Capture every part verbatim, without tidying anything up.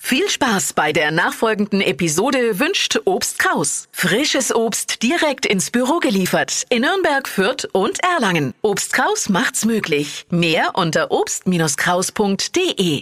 Viel Spaß bei der nachfolgenden Episode wünscht Obst Kraus. Frisches Obst direkt ins Büro geliefert in Nürnberg, Fürth und Erlangen. Obst Kraus macht's möglich. Mehr unter obst Kraus punkt de.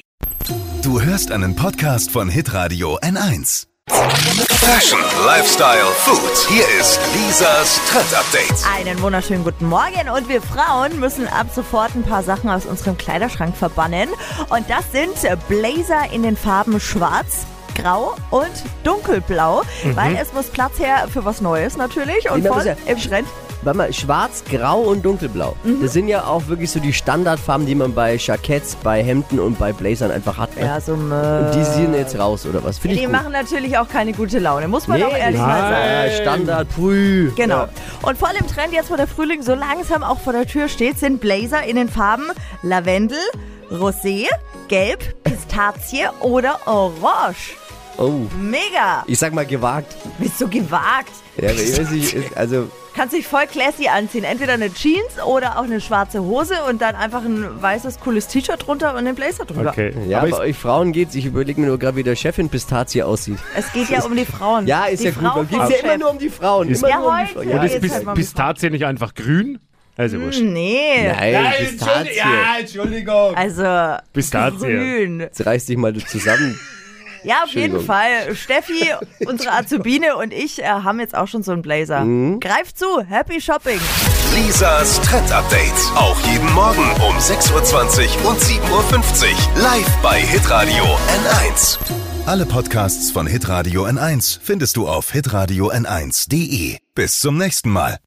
Du hörst einen Podcast von Hitradio N eins. Fashion, Lifestyle, Food. Hier ist Lisas Trend Update. Einen wunderschönen guten Morgen und wir Frauen müssen ab sofort ein paar Sachen aus unserem Kleiderschrank verbannen. Und das sind Blazer in den Farben Schwarz, Grau und Dunkelblau, mhm. weil es muss Platz her für was Neues natürlich und voll ja im Trend. Warte mal, schwarz, grau und dunkelblau. Mhm. Das sind ja auch wirklich so die Standardfarben, die man bei Jacketts, bei Hemden und bei Blazern einfach hat. Ne? Ja, so und die sind jetzt raus, oder was? Find ja, ich die gut. machen natürlich auch keine gute Laune, muss man nee, auch ehrlich nein. mal sagen. Standard, pui. Genau. Ja. Und voll im Trend, jetzt wo der Frühling so langsam auch vor der Tür steht, sind Blazer in den Farben Lavendel, Rosé, Gelb, Pistazie oder Orange. Oh. Mega. Ich sag mal gewagt. Bist du gewagt? Ja, aber ich weiß nicht, also... Kannst dich voll classy anziehen. Entweder eine Jeans oder auch eine schwarze Hose und dann einfach ein weißes, cooles T-Shirt drunter und einen Blazer drüber. Okay. Ja, aber bei euch Frauen geht's. Ich überlege mir nur gerade, wie der Chefin Pistazie aussieht. Es geht ja um die Frauen. Ja, ist die ja Frau gut. Es geht ja immer nur um die Frauen. Ist immer ja, nur um die heute. Frauen. Ja, Ja, ist Pist- Pistazie nicht einfach grün? Also wurscht. Nee. Nein, Nein, Pistazie. ja, Entschuldigung. Also Pistazie. grün. Jetzt reiß dich mal zusammen. Ja, auf jeden Fall. Steffi, unsere Azubine und ich äh, haben jetzt auch schon so einen Blazer. Mhm. Greif zu. Happy Shopping. Lisas Trend Update. Auch jeden Morgen um sechs Uhr zwanzig und sieben Uhr fünfzig. Live bei Hitradio N eins. Alle Podcasts von Hitradio N eins findest du auf hitradio n eins punkt de. Bis zum nächsten Mal.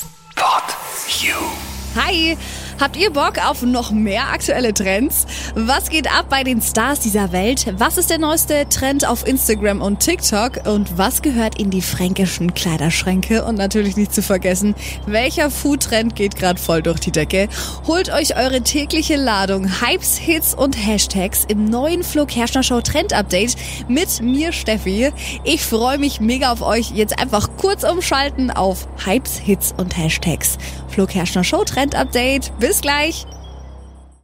Pod You. Hi, habt ihr Bock auf noch mehr aktuelle Trends? Was geht ab bei den Stars dieser Welt? Was ist der neueste Trend auf Instagram und TikTok? Und was gehört in die fränkischen Kleiderschränke? Und natürlich nicht zu vergessen, welcher Food-Trend geht gerade voll durch die Decke? Holt euch eure tägliche Ladung Hypes, Hits und Hashtags im neuen Flo Kerschner Show Trend Update mit mir, Steffi. Ich freue mich mega auf euch. Jetzt einfach kurz umschalten auf Hypes, Hits und Hashtags. Flo Kerschner Show Trend Update. Bis gleich.